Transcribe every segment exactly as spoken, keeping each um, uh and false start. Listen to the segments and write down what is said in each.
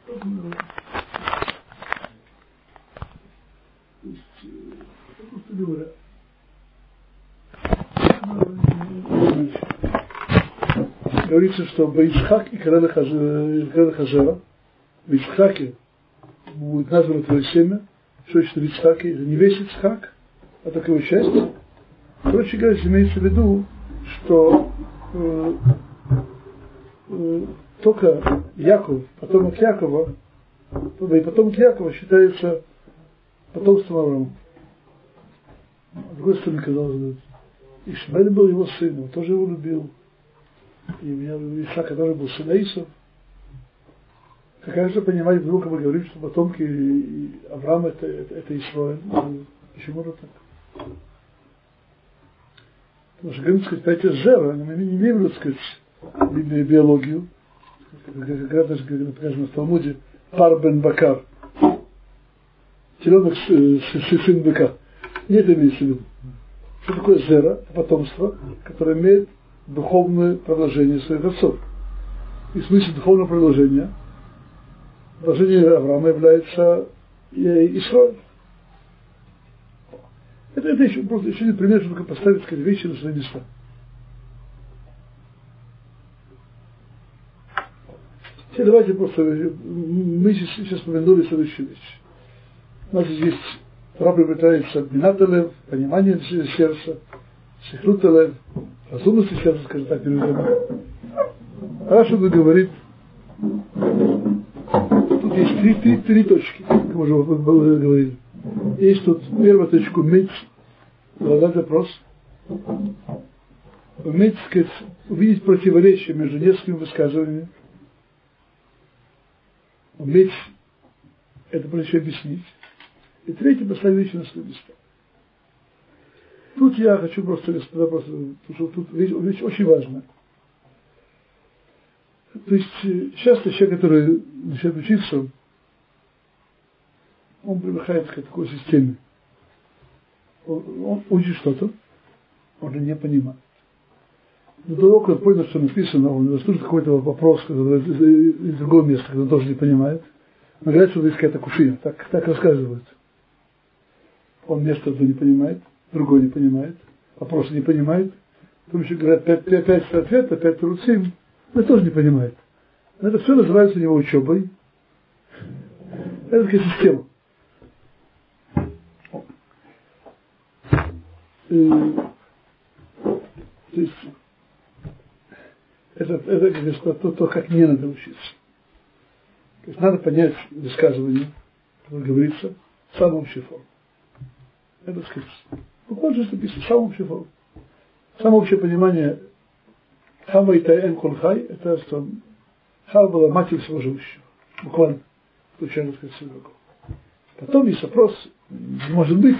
Просто говоря. Говорится, что Баицхак и Карелы Хазера, в Ицхаке будет названо твое семя, что значит в Ицхаке, это не весь Ицхак, а только его часть. Короче говоря, имеется в виду, что э, э, только Яков, потомок Якова, и потомок Якова считается потомством Авраама. С другой стороны, казалось бы, Ишмаэль был его сын, он тоже его любил. И у меня Исаака тоже был сын Аисов. Как же понимать, вдруг мы говорим, что потомки Авраама это, это, это Исраиль. Почему же так? Потому что, говорим, сказать, понятие зера, мы не имеем, так сказать, би- биологию. Как раз сказано в Талмуде, пар бен бакар. Теленок сын быка. Не это имеется в виду. Что такое зера? Это потомство, которое имеет духовное продолжение своих отцов. И в смысле духовного продолжения, продолжение Авраама является Исраиль. Это, это еще, просто еще один пример, чтобы поставить сказать, вещи на свои места. Теперь давайте просто, мы сейчас, сейчас помянули следующую вещь. У нас здесь есть, Тора приобретается Минаталев, понимание сердца, Сихруталев, разумности сердца, скажем так, переведем. Раша говорит, тут есть три, три, три точки, как мы уже говорили. Есть тут первая точка уметь задать вопрос, уметь, сказать, увидеть противоречие между несколькими высказываниями, уметь это противоречие объяснить. И третье, поставить вещи на свои места. Тут я хочу просто, господа, просто, потому что тут вещь, вещь очень важная. То есть часто человек, который начинает учиться, он привыкает к такой системе. Он, он учит что-то, он же не понимает. Но до того, как он понял, что написано, он слышит какой-то вопрос из, из, из другого места, когда он тоже не понимает. Он говорит, что здесь какая-то кушия, так, так рассказывают. Он место одно не понимает, другое не понимает, вопросы не понимает. Потом еще говорят, пять, пять, пять ответа, пять труцим, он тоже не понимает. Но это все называется у него учебой. Это такая система. И, то есть, это, это как сказать, то, то, как не надо учиться. То есть надо понять высказывание, которое говорится, в самой общей форме. Это сказать, буквально что написано, в самой общей форме. Самое общее понимание Хава и Таэн Колхай, это что Хава была матерь всего живущего. Буквально, включая, так сказать, всего другого. Потом есть вопрос, может быть,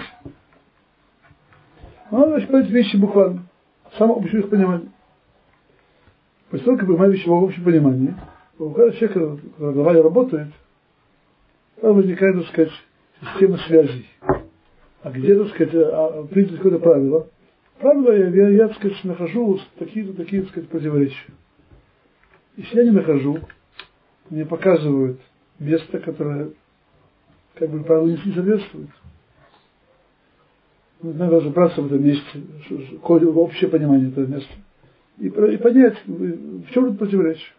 но надо понять вещи буквально, самое общее их понимание. После того, как понимаешь вещи в общем понимании, у каждого человека, когда голова работает, там возникает, так сказать, система связей. А где, так сказать, а, принято какое-то правило. Правило я, я, я, так сказать, нахожу такие-то, такие, так сказать, противоречия. Если я не нахожу, мне показывают место, которое, как бы, правилу не соответствует. Надо разобраться в этом месте, общее понимание этого места. И, и понять, в чем это противоречие.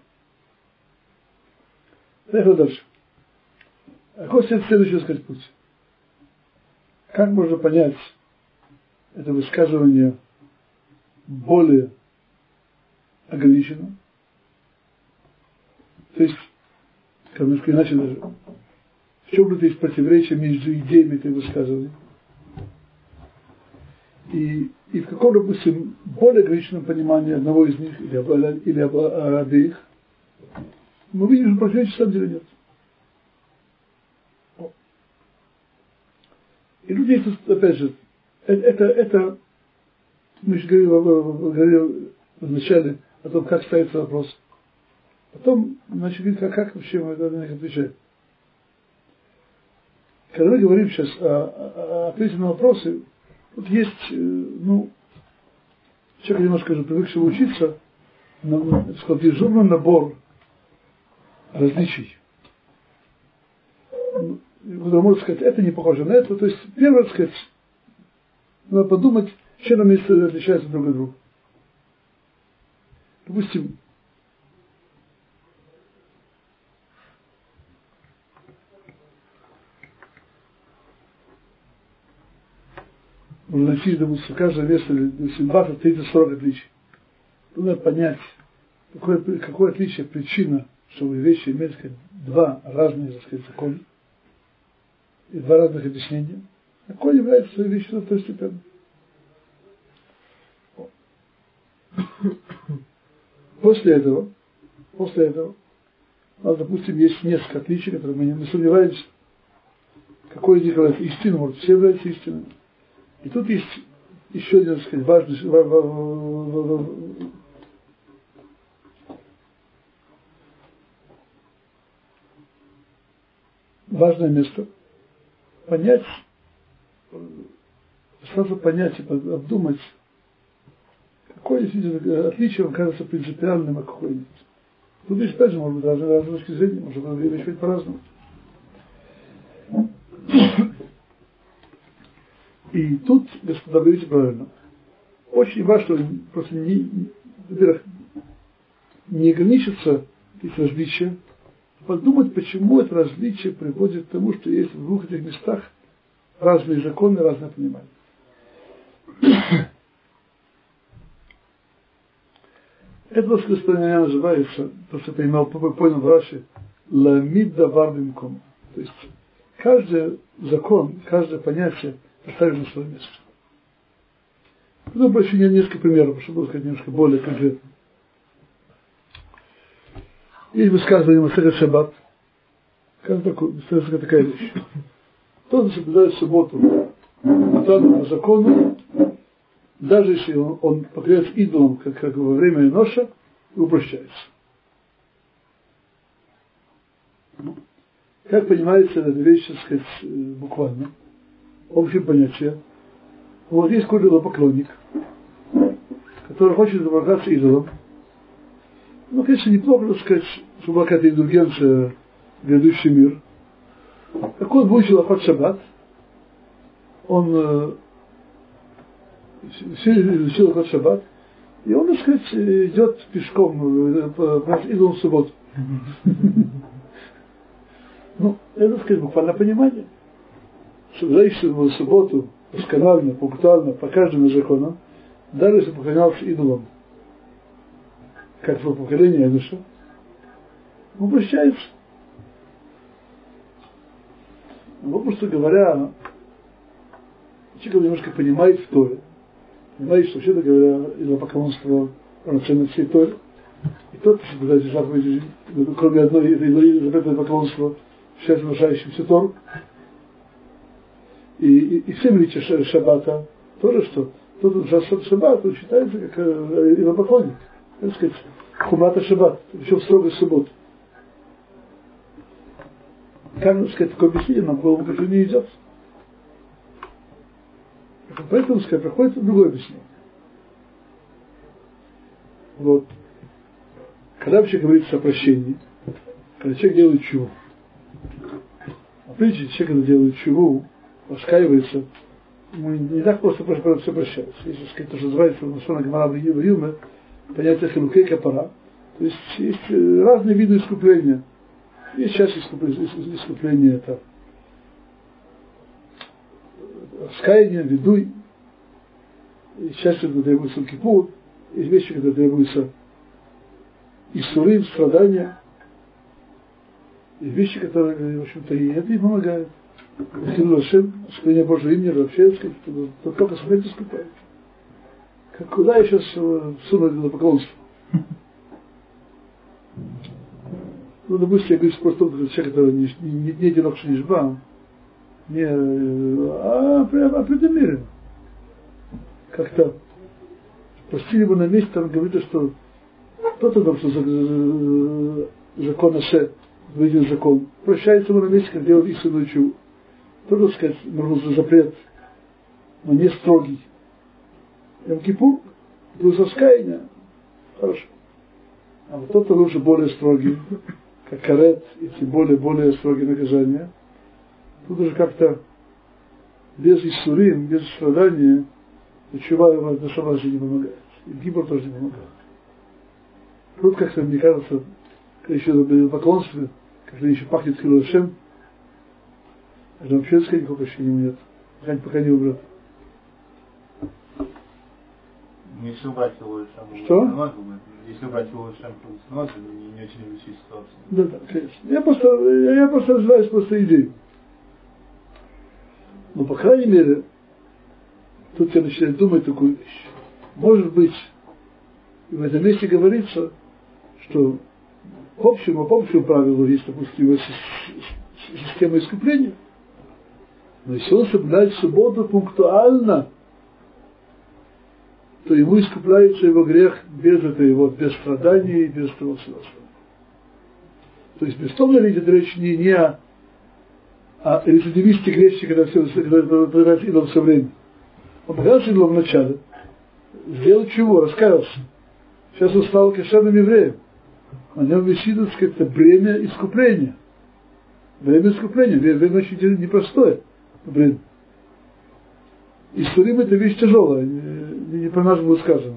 Поехали дальше. Какой следующий, так сказать, путь? Как можно понять это высказывание более ограниченно? То есть, как немножко иначе даже, в чем это есть противоречие между идеями этого высказывания? И, и в каком, допустим, более ограниченном понимании одного из них или, или обеих, мы видим, что противоречия на самом деле нет. И люди, опять же, это, это мы еще говорили, говорили вначале о том, как ставится вопрос. Потом начали говорить, как, как вообще мы на них отвечаем. Когда мы говорим сейчас о, о, о ответе на вопросы, тут есть, ну, человек немножко же привыкший учиться, но, сказал, дежурный набор различий. который может сказать, это не похоже на это. То есть, первое, так сказать, надо подумать, чем нам отличаются друг от друга. Допустим, можно найти, допустим, в каждом месте, допустим, двадцать, тридцать, сорок отличий. Надо понять, какое, какое отличие, причина, чтобы вещи имели, сказать, два разные, так сказать, закона и два разных объяснения. Какой является своей вещью второстепенной. После этого, после этого, у нас, допустим, есть несколько отличий, которые мы не сомневаемся, какой из них является истиной, может, все являются истиной. И тут есть еще один, так сказать, важный, важное место. Понять, сразу понять и обдумать, какое действительно отличие вам кажется принципиальным, а какое нет. Тут есть, опять же, может быть, разные, разные точки зрения, может быть, быть по-разному. И тут, господа, вы видите правильно. Очень важно, просто не, во-первых, не ограничиться этих различия, подумать, почему это различие приводит к тому, что есть в двух этих местах разные законы, разное понимание. Это, господин, называется, то, что я понимал, понял в Раши, ламид давар бимком. То есть, каждый закон, каждое понятие поставили на свое место. Потом больше несколько примеров, чтобы сказать немножко более конкретно. Есть высказывание Масехет Шаббат. Как такая вещь. Тот, кто соблюдает субботу по закону, даже если он, он покоряется идолом, как, как во время Эноша, и упрощается. Как понимается эта вещь, так сказать, буквально? Общее понятие. Вот есть какой-то идолопоклонник, который хочет изображаться идолом. Ну, конечно, неплохо, так сказать, чтобы какая-то индульгенция в грядущий мир. Так он выучил Ахот Шаббат, он э, изучил Ахот Шаббат, и он, так сказать, идет пешком э, по, по идолу в субботу. Ну, это, так сказать, буквально понимание. Соблюдающийся в субботу досконально, пунктуально, по каждому закону, даже если поклонялся идолам, как в поколении Эноша, он прощается. Но, просто говоря, человек немножко понимает в Торе, понимает, что, вообще-то говоря, идолопоклонство равноценно всей Торе, и тот, кто соблюдает заповеди, кроме одной запретного поклонства, считается нарушающим всю Тору, и, и, и все величия Шаббата тоже, что тот, кто нарушает Шаббат, он считается как идолопоклонник. Так сказать, хумата Шаббат, еще в строгой субботу. Как, так сказать, такое объяснение нам в голову как не идет. Поэтому, так сказать, проходит другое объяснение. Вот. Когда вообще говорится о прощении, когда человек делает чуву, а прежде человек, когда делает чуву, раскаивается, ему не так просто все прощается. Если, сказать, то, что называется в Насона Гемара в Юме, понятие хилукей капара, то есть есть разные виды искупления. Есть часть искупления, искупления это раскаяние, ведуй, есть часть, когда требуется кипур, есть вещи, когда требуется иссурим, страдания, есть вещи, которые, в общем-то, и это и помогают. Хилушим, искупление Божьего имени, вообще, сказать, то только смотреть искупает. Как куда я сейчас всуну это поклонство? Ну, допустим, я говорю просто тот человек, который не, не, не одинок Шнишба, не, а, а преднамеренно. Как-то простили бы на месте, там говорится, что тот, о том, что закон Аше, выйдет закон, прощается ему на месте, как делает истинную чуву. Тоже, так сказать, нужен запрет, но не строгий. Йом-Кипур, плюс раскаяние, хорошо. А вот тот, кто лучше более строгий, как карет, и тем более, более строгие наказания, Тут уже как-то без иссурим, без страдания, чува его на шабасе не помогает. И гибор тоже не помогает. Тут как-то, мне кажется, еще на поклонстве, как-то еще пахнет хилошем, это вообще, так сказать, никакого ощущения нет. Пока, пока не убрат. Если убрать его шам, что? Если убрать его шам, то не, не очень лучшая ситуация. Да, да, конечно. Я просто, я, я просто развиваюсь просто идею. Но, по крайней мере, тут я начинаю думать такую вещь. Может быть, в этом месте говорится, что по общему, по общему правилу есть, допустим, система искупления, но если он соблюдает субботу пунктуально, то ему искупляется его грех без этой вот, без страданий и без того всего. То есть безусловно идет речь не, не о, о рецидивисте грешнике, когда все продолжается идол все время. Он показался идолом в начале, сделал чего, раскаялся. Сейчас он стал кошерным евреем. На нем висит, так сказать, бремя искупления. Время искупления, время очень непростое. Блин. Историм это вещь тяжелая, не, не про нас будет сказано.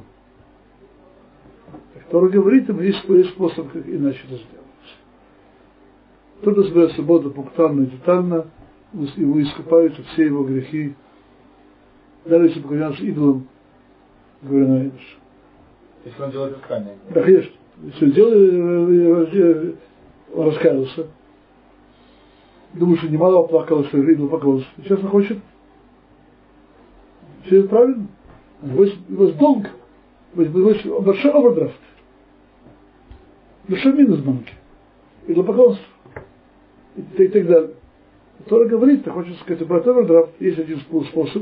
Тора говорит, ему есть, есть способ, как иначе это сделать. Кто-то собирает субботу пунктуально и детально, ему искупаются все его грехи, даже если поклоняться идолам, говоря на идыш. Если он делает раскаяние. Да, конечно. Если он делает, он раскаялся. Думаю, что немало оплакал, что идол поклонился. Сейчас он хочет. Все это правильно. У него есть долг. У него есть большой овердрафт. Большой минус в банке. Идолопоклонство. И, и так далее. Тора говорит, ты хочешь сказать, убрать овердрафт, есть один способ.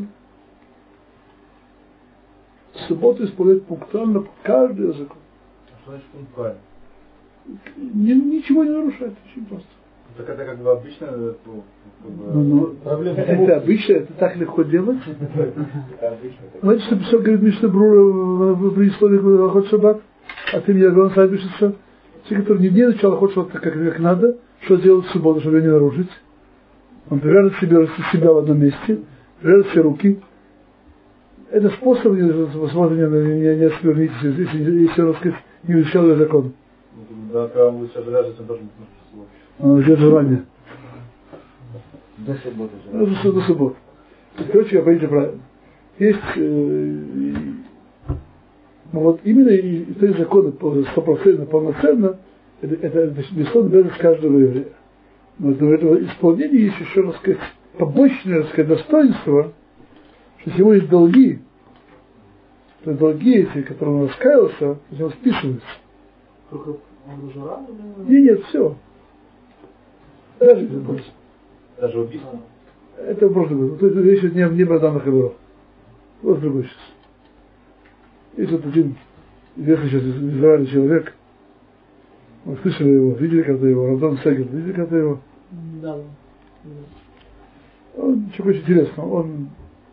Субботу исполнять пунктуально каждый закон. А что значит пунктуально? Ничего не нарушает, очень просто. Так это как бы обычно, ну, как бы, ну, ну, проблема. Это обычно, это так легко делать. Знаете, что писал, говорит, Мишна Брура в предисловии Ход Шаббат, а ты мне говорил, сайт пишется, те, которые не дни начала Ход Шаббат как, как надо, что делать в субботу, чтобы ее не нарушить. Он привяжет себе, себя в одном месте, привяжет все руки. Это способ, возможно, не, не, не осквернить, если, если он, так сказать, не изучал закон. Да, когда он будет сейчас завязывать, он должен быть. Он ждет желания. До субботы. До, до субботы. Короче, я поймите правильно. Есть, э, ну вот именно и, и то есть законы стопроцентно, полноценно, это, это безусловно обязанность каждого еврея. Но до этого исполнения есть еще, так сказать, побочное, так сказать, достоинство, что если его есть долги, то долги эти, которые он раскаялся, у него списываются. Только он уже рано? Нет, нет, все. Даже убийство. Даже убийство? Это просто будет. То есть речь идет не, не про данных хабаров. Вот другой сейчас. Есть вот один известный сейчас из Израиля человек. Вы слышали его, видели когда его, Равдан Сегер, видели когда его? Да. Он человек очень интересный. Он,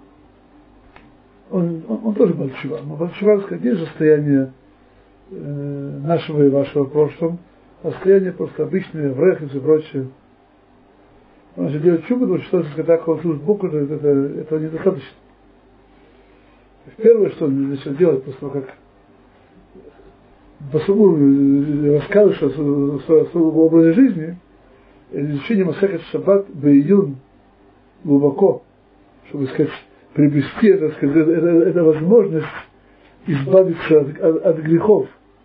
он, он, он тоже Бальчува. Но Бальчува, сказать, есть состояние э, нашего и вашего прошлого, а состояние просто обычное, врех и все прочее. Он же делает чубу, потому что, когда он служит Богу, это, это, этого недостаточно. Первое, что он начал делать, после того, как по-своему рассказываешь о своем образе жизни, изучение Масехет Шаббат б-июн глубоко, чтобы сказать, приобрести это, сказать, это, это, это возможность избавиться от, от, от грехов.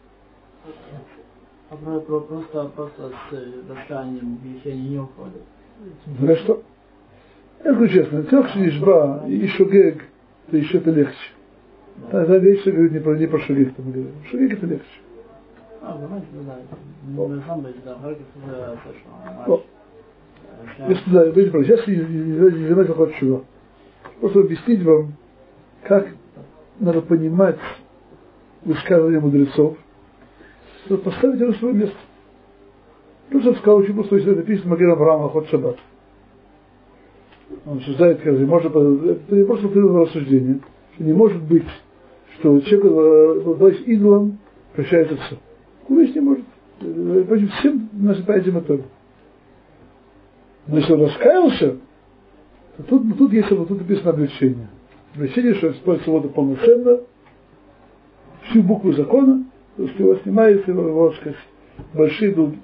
А про, про, просто, просто с раскаянием грехи не уходят. Знаешь что? Я скажу честно, Тёх Нишба и Шугег, то еще это легче. Тогда вещь, что говорит не про, не про Шугег, там говорим. Шугег это легче. А, давайте, да. Не должно быть, да, Харьков уже слышал. Если, да, видите, правда, сейчас я не заметил ход чего. Просто объяснить вам, как надо понимать высказывания мудрецов, чтобы поставить его на свое место. Тут же сказал, очень просто, если это написано Маген Авраама Ход Шаббат. Он обсуждает, как можно, это не просто придумано рассуждение, что не может быть, что человек, обладаясь идолом, прощается все. Конечно, не может. Почти всем наши понятия мотори. Но если он раскаялся, Тут, тут есть вот тут написано облегчение. Облегчение, что используется воду полноценно, всю букву закона, то есть его снимает, его, его, так сказать, большие долги.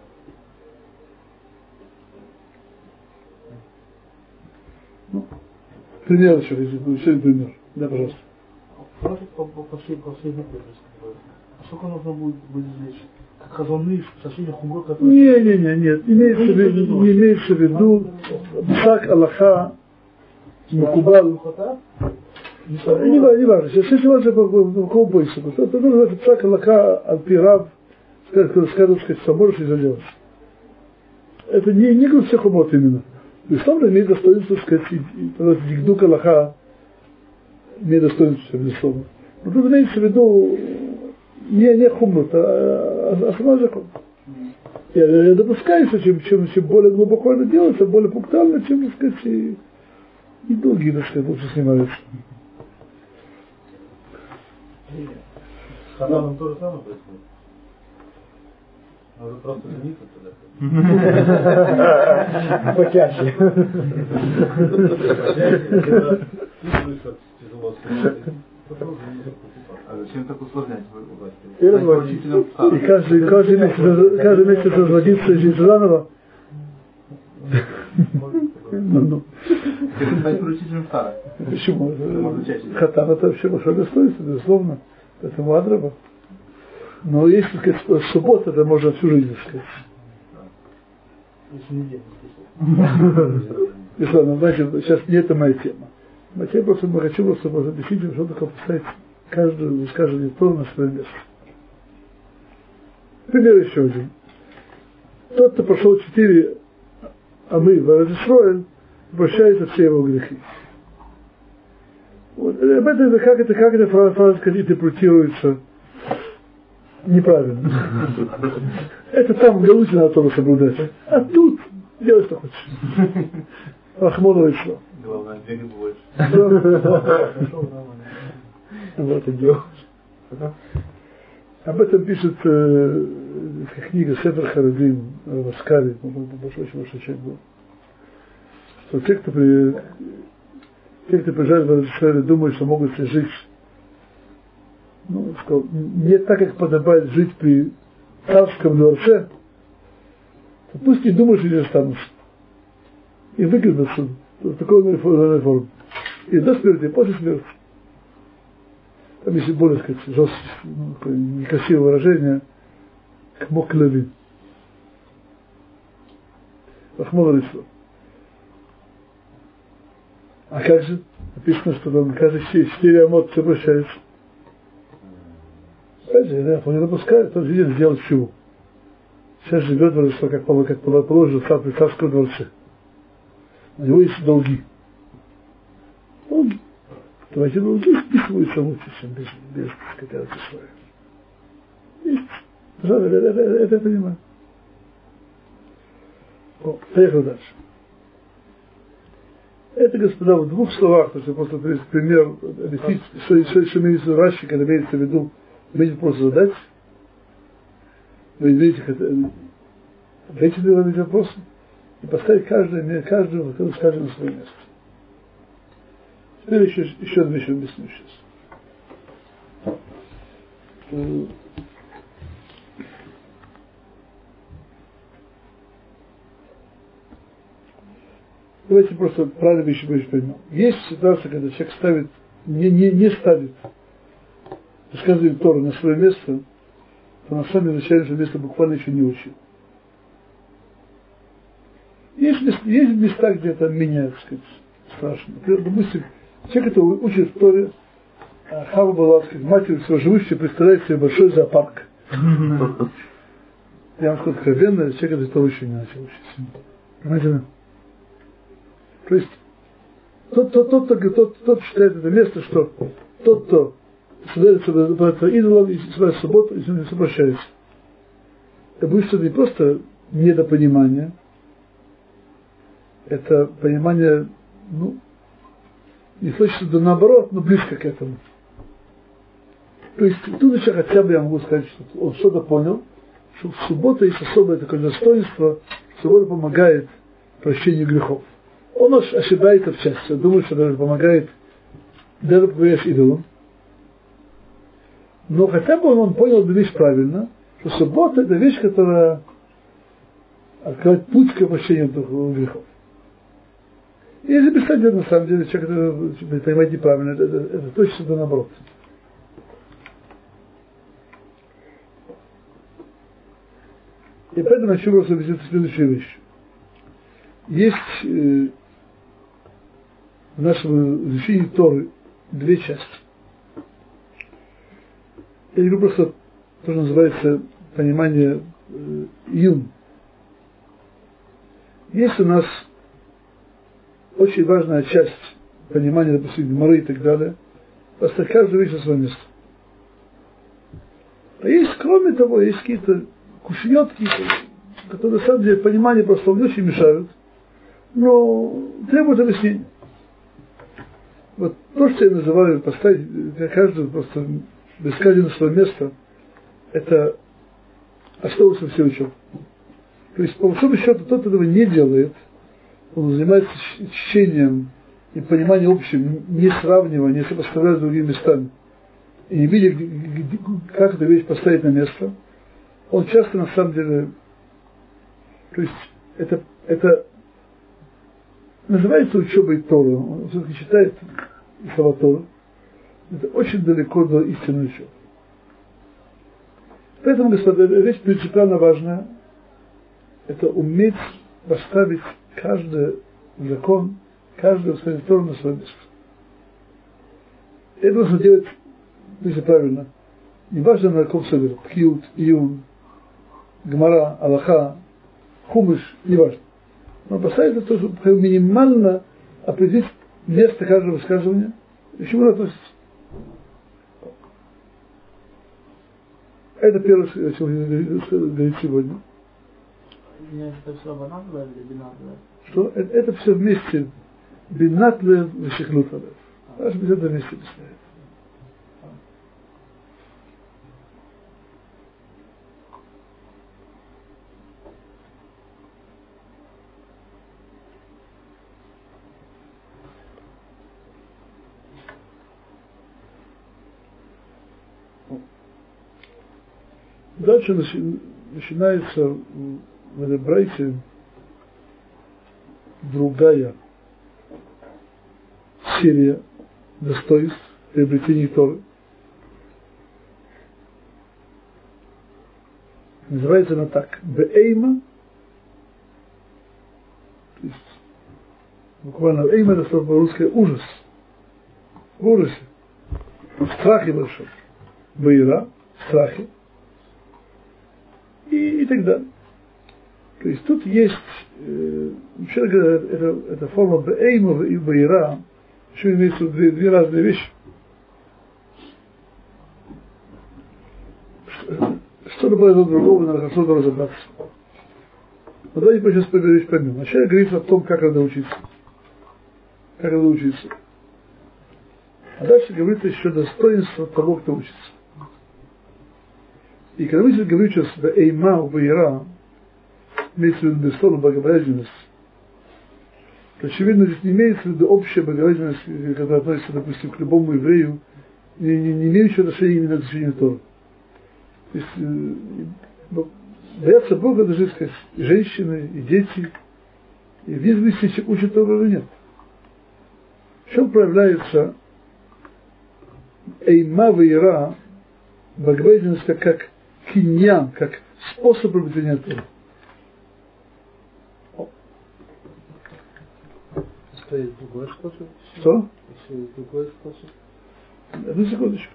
Ну, пример еще, если еще один пример. Да, пожалуйста. По, по, по всей, по всей букве, а сколько нужно будет, будет извлечь? Как хазоны, соседних умрот, которые... Не, не, не, нет. Имеется в виду, не имеется в виду Псак, Аллаха, Макубал. Не важно, не важно. Если важно, по кого бойся. Это нужно Псак, Аллаха, Алпирав, скажут, сказать, что можешь и заделать. Это не, не говорит всех умот именно. То есть там имеет достоинство, сказать, Дигдук Аллаха имеет достоинство, безусловно. Но тут имеется в виду не, не хумрут, а, а сама закон. Я, я допускаю, что чем, чем, чем более глубоко это делается, более пунктуально, чем, так сказать, и, и долгие, так сказать, лучше снимаются. С Хананом то же самое происходит? Может просто жениться тогда? Почаще. А зачем так усложнять? И разводить. И каждый, каждый месяц, каждый месяц разводиться и жить заново. Ну, стать поручителем Хара. Почему? Хатан это вообще большое достоинство, безусловно. Поэтому Адраба. Но если, так сказать, суббота, это можно всю жизнь, так сказать. Если не день. Безусловно, знаете, сейчас не это моя тема. Моя тема просто, я хочу просто объяснить, что такое поставить каждую, каждую деталь на свое место. Пример еще один. Тот, кто прошел четыре амы в Эрец-Исроэль, прощается все его грехи. Вот. Об этом, как это, как эта фраза, фраза интерпретируется неправильно. Это там в Галуте надо тоже соблюдать. А тут делай, что хочешь. Рахмонова и шло. Главное, бегать больше. Вот и дело. Об этом пишет э, книга Сефер Харадим в Аскаре, большой большой человек был. Что те, кто при, те, кто приезжают в Израиль, думают, что могут жить, ну, сказал, не так, как подобает жить при царском дворце, то пусть не думают, что здесь останутся. И выкинут отсюда. В такой форме. И до смерти, и после смерти. Там есть более, так сказать, жесткое, ну, некрасивое выражение, как моклеви. Рахмон Алисла. А как же? Написано, что там каждые четыре амот все прощается. Опять же, я не допускаю, тот же день сделать чего. Сейчас живет в Рождество, как положено в царском дворце. У него есть долги. Долги. То эти долги списываются лучше, чем без, без сказать, своей. Есть. Пожалуйста, это, это, это я понимаю. О, поехали дальше. Это, господа, в двух словах, то есть я просто привести пример, объяснить, что, что, что имеется в виду Раши, когда имеется в виду, имеете просто задать, вы видите, ответить на эти вопросы, и поставить каждое, каждую, каждую на свое место. Теперь еще, еще одну вещь объясню сейчас. Давайте просто правильно вещи поймем. Есть ситуация, когда человек ставит, не, не, не ставит рассказывает Тору на свое место, то на самом деле означает, что место буквально еще не учил. Есть, есть места, где это меняется, так сказать, страшно. Например, допустим, человек, кто учит в Торе, а Хава была, сказать, матерью всего живущего, представляет себе большой зоопарк. Я вам скажу откровенно, человек, который Тору еще не начал учиться. Понимаете? То есть, тот, тот, тот, тот, тот, тот считает это место, что тот, кто становится идолом и собирает субботу, и с ним обращается. Это будет что-то не просто недопонимание, это понимание, ну, не точно, да наоборот, но близко к этому. То есть тут еще хотя бы я могу сказать, что он что-то понял, что в субботу есть особое такое достоинство, суббота помогает прощению грехов. он ошибается в части, он думает, что даже помогает даже поговорить с идолом. Но хотя бы он, он понял эту вещь правильно, что суббота – это вещь, которая открывает путь к обращению грехов. И если представить, на самом деле, человек это понимает неправильно, это, это, это точно да наоборот. И поэтому начну просто объяснить следующую вещь. Есть э, в нашем изучении Торы две части. Я говорю просто то, что называется понимание э, юн. Есть у нас очень важная часть понимания, допустим, Гемары и так далее, просто каждая вещь на свое место. А есть, кроме того, есть какие-то кушьетки, которые, на самом деле, понимание просто не очень мешают, но требуют объяснения. Вот то, что я называю поставить каждую просто без каждого на свое место, это основа всего учебы. То есть, по большому счету, тот, кто этого не делает, он занимается чтением и пониманием общим, не сравнивая, не сопоставляя с другими местами, и не видя, как эту вещь поставить на место, он часто, на самом деле, то есть, это, это называется учебой Торы, он все-таки читает слова Торы, это очень далеко до истинной учебы. Поэтому, господа, вещь принципиально важная, это уметь поставить каждый закон, каждую свою Тору на свое место. Это нужно делать, если правильно, не важно на каком седере, Пхиут, Июн, Гмара, Алаха, Хумыш, не важно. Но поставить это тоже минимально определить место каждого высказывания, к чему оно относится. Это первое, о чем я говорю сегодня. Это все банатле или бинатле? Что? Это, это все вместе. Бинатле и шехлутле. Аж без этого вместе представить. Дальше начинается в этой брайте другая серия достоинств приобретений Торы. Называется она так: Беэйма, то есть буквально эйма это слово по-русски ужас, в ужасе, в страхе большом, бейра, в страхе, и, и так далее. То есть тут есть, э, вообще говоря, это, это форма беэйма и бейра, еще имеются две, две разные вещи. Что-то было другого, надо хорошо разобраться. Но давайте мы сейчас поговорим, поймем. Вначале говорится о том, как надо учиться. Как надо учиться. А дальше говорится еще достоинство того, кто учится. И когда мы сейчас говорим сейчас беэйма, бейра, имеется в виду бессловно богобоязненность, то, очевидно, здесь не имеется в виду общая богобоязненность, которая относится, допустим, к любому еврею, не, не, не имеющая отношения именно к изучению Торы. То есть, э, бояться Бога даже, сказать, и женщины, и дети, и вне зависимости, учат Тору или нет. В чем проявляется эйма вейра, богобоязненность как, как киньян, как способ приобретения Торы. Что есть другой способ? Что? Еще есть другой способ? Одну секундочку.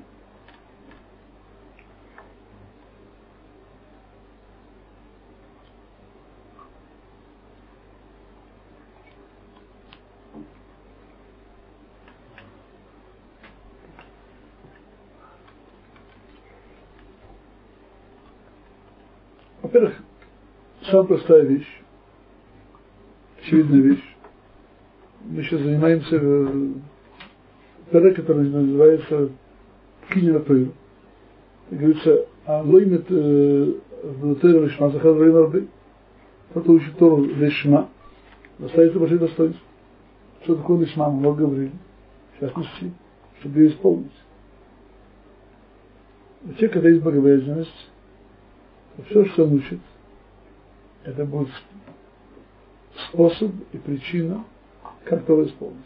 Во-первых, самая простая вещь, очевидная вещь. Мы сейчас занимаемся пере, который называется Кинья Тойр. Говорится, а лоймет Тойр Лишма, Захар Рейн Арбей. Кто-то учит Тору Лишма, доставится большое достоинство. что такое лишма, мы говорили, сейчас нашли, чтобы ее исполнить. У человека, когда есть богобоязненность, то все, что он учит, это будет способ и причина, как его исполнить.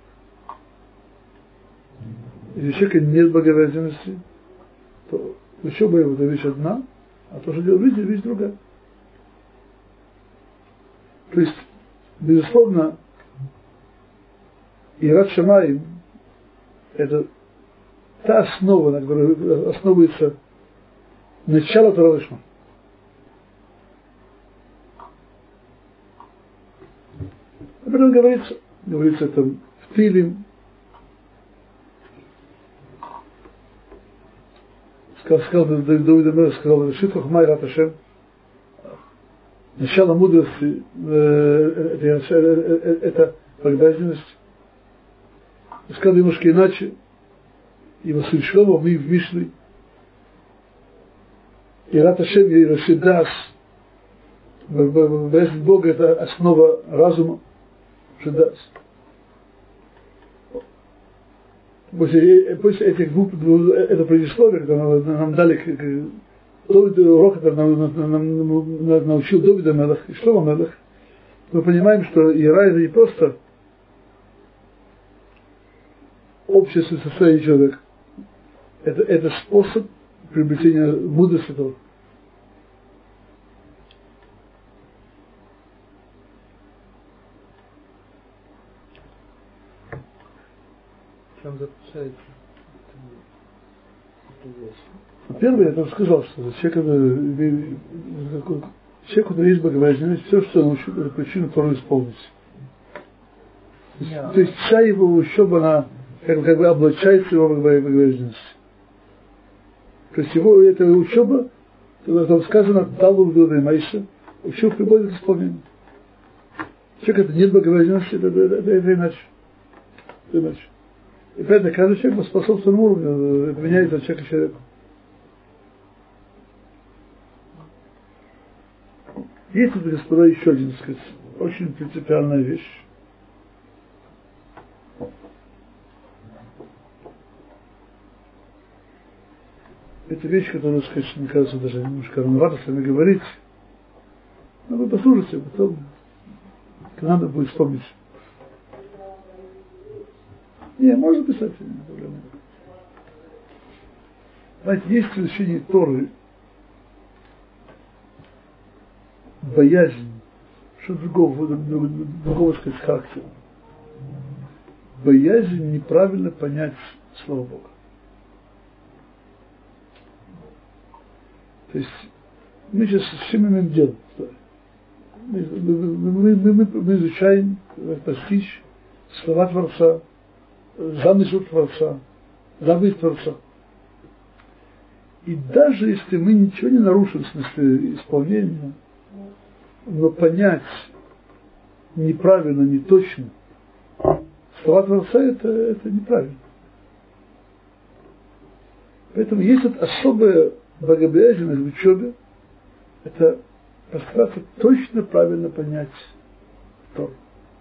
Если у человека нет богобоязненности, то учеба его — это вещь одна, а то, что делает в жизни, вещь другая. То есть, безусловно, Ират Шамаим — это та основа, на которой основывается начало Тора Лишма. Об этом говорится, говорится это в Тилим. Сказал, сказал Давид Амелех, сказал, Решит Хохма Ират Ашем, начало мудрости, э, это богобоязненность. Сказал немножко иначе, его сын Шломо, мы в Мишле, Ират Ашем и Решит Даас, боязнь Бога — это основа разума, Решит Даас. После, после этих двух, это предисловие, когда нам, нам дали урок, который нам, нам, нам научил Давид Амелех и Шломо Амелех, мы понимаем, что Ира — это не просто общее состояние человека, это, это способ приобретения мудрости Торы. Чем заключается эта вещь? Первое, я сказал, что человек, человек, который есть богобоязненность, все, что он учит, это причина Тору исполнить. Yeah. То есть вся его учеба, она как, как бы облачается его богобоязненности. То есть его эта учеба, там сказано, Талу Вилда и Майса, учеба приводит к исполнению. Человек, это нет богобоязненности, это, это, это, это иначе. Это иначе. И поэтому каждый человек по способственному уровню, это меняется от человека к человеку. Есть тут, господа, еще один, так сказать, очень принципиальная вещь. Это вещь, которую, так сказать, мне кажется, даже немножко рановато с вами говорить. Но вы послушайте, потом надо будет вспомнить. Не, можно писать, не проблема. Знаете, есть в изучении Торы боязнь, что другого, другого, сказать, характера. Боязнь неправильно понять Слово Бога. То есть мы сейчас с чем имеем дело? Мы, мы, мы, мы, мы изучаем, постичь слова Творца, замысел Творца, заповедь Творца. И даже если мы ничего не нарушим в смысле исполнения, но понять неправильно, не точно слова Творца, это, это неправильно. Поэтому есть вот особая богобоязненность в учебе, это постараться точно правильно понять Тору.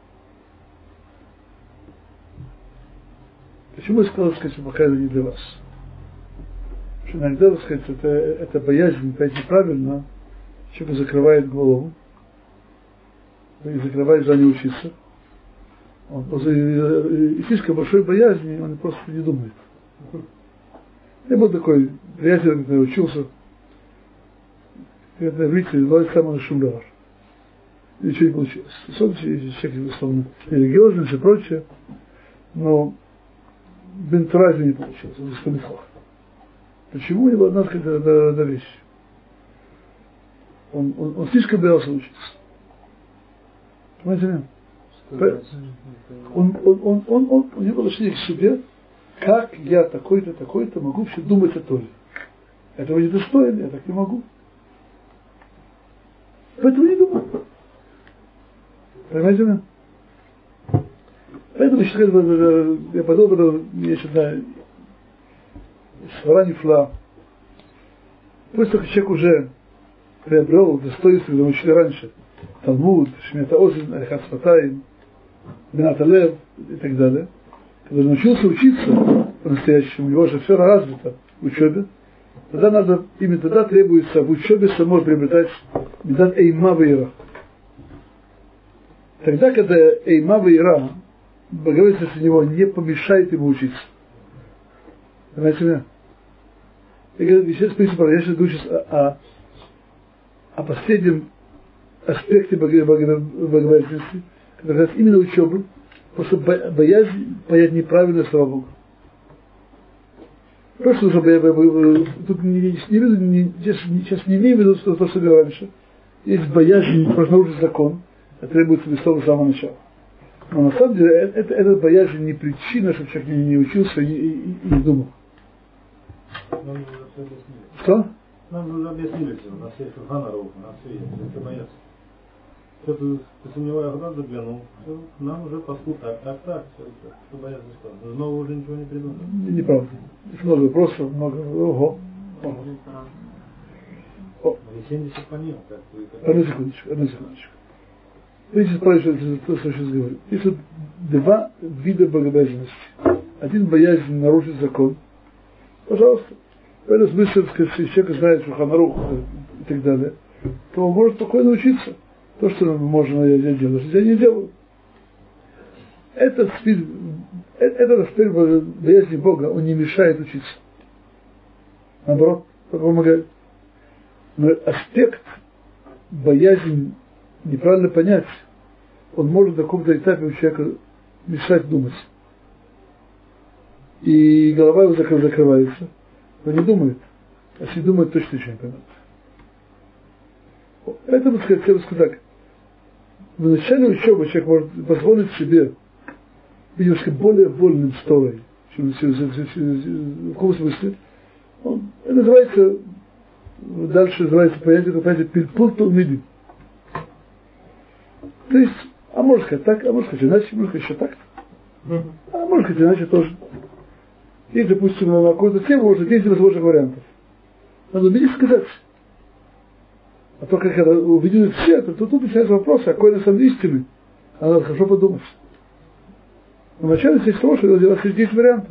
Почему я сказал, сказать, пока это не для вас? Потому что иногда, так сказать, это, это боязнь, понять неправильно, человек закрывает голову, и закрывает желание учиться. Он после и слишком большой боязни, он просто не думает. Я был такой приятель, который учился, когда видите, бывает самый шумдавар. Ничего не получилось. Человек, в основном, религиозный и прочее, но бентрази не получилось, он слишком плохо. Почему? У него одна, сказать, одна вещь. Он, он, он слишком боялся учиться. Понимаете, нет? Он, он, он, он, он, у него отношение к себе, как я такой-то, такой-то могу вообще думать о Торе. Этого не достоин, я так не могу. Поэтому не думаю. Понимаете, нет? Поэтому я подобрал, есть одна свара нефла. Пусть только человек уже приобрел достоинство, когда мы учили раньше, Талмуд, Шмият Озен, Алихат Сфатаим, Бинат Алев и так далее, когда научился учиться по-настоящему, у него же все развито в учебе, тогда надо, именно тогда требуется в учебе самой приобретать Медат Эйма Вейра. Тогда, когда Эйма Вейра, богобоязненность у него не помешает ему учиться. Понимаете меня? Я сейчас, в принципе, я сейчас учусь о, о последнем аспекте богобоязненности, который именно учебы, просто боязнь понять неправильно слова Бога. Просто нужно, тут не, не, не, сейчас не имею в виду то, что говорил раньше. Есть боязнь просто нарушить закон, это требуется без слова с самого начала. Но на самом деле это, эта боязнь не причина, чтобы человек не, не учился и, и, и не думал. Нам уже все объяснили. Что? Нам уже объяснили все, у нас есть Шульхан Арух, у нас все есть, все боятся. Все, ты, ты сомневаешь, куда заглянул, все, нам уже паску так, так, так, все, все, что боятся что. Снова уже ничего не придумали. Неправда. Есть много вопросов, много, ого. О. семьдесят понял, как вы... Одну секундочку, одну секундочку. Видите, спрашиваете то, что я сейчас говорю. Есть вот два вида богобоязненности. Один боязнь нарушить закон. Пожалуйста. В этом смысле, если человек знает Шульхан Арух и так далее, то он может спокойно учиться. То, что можно я делаю, что я не делаю. Этот спид, этот аспект боязни Бога, он не мешает учиться. Наоборот, помогает. Но аспект боязни неправильно понять, он может на каком-то этапе у человека мешать думать. И голова его закрывается, но не думает. А если думает, точно ничего не поймет. Поэтому, хотел бы сказать так, в начале учебы человек может позволить себе быть немножко более вольным стороной, чем в каком смысле. Он, это называется, дальше называется понятие, как понятие пильпул талмидим. То есть, а можно сказать так, а можно сказать иначе, можно сказать еще так, а можно сказать иначе тоже. И, допустим, на какую-то тему можно десять возможных вариантов. Надо уметь сказать. А то, как это увидели все, то тут начинается вопрос, а какой на самом деле истины. Надо хорошо подумать. Но вначале здесь того, что у вас есть десять вариантов.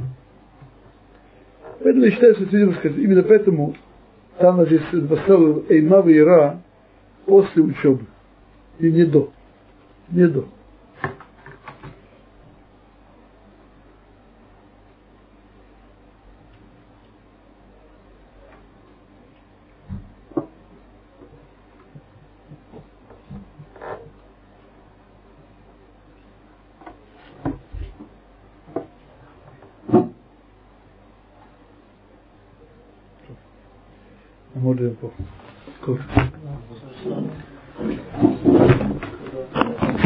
Поэтому я считаю, что видимо сказать, именно поэтому там здесь поставил Эйма Вейра после учебы. И не до. Не до. Amor de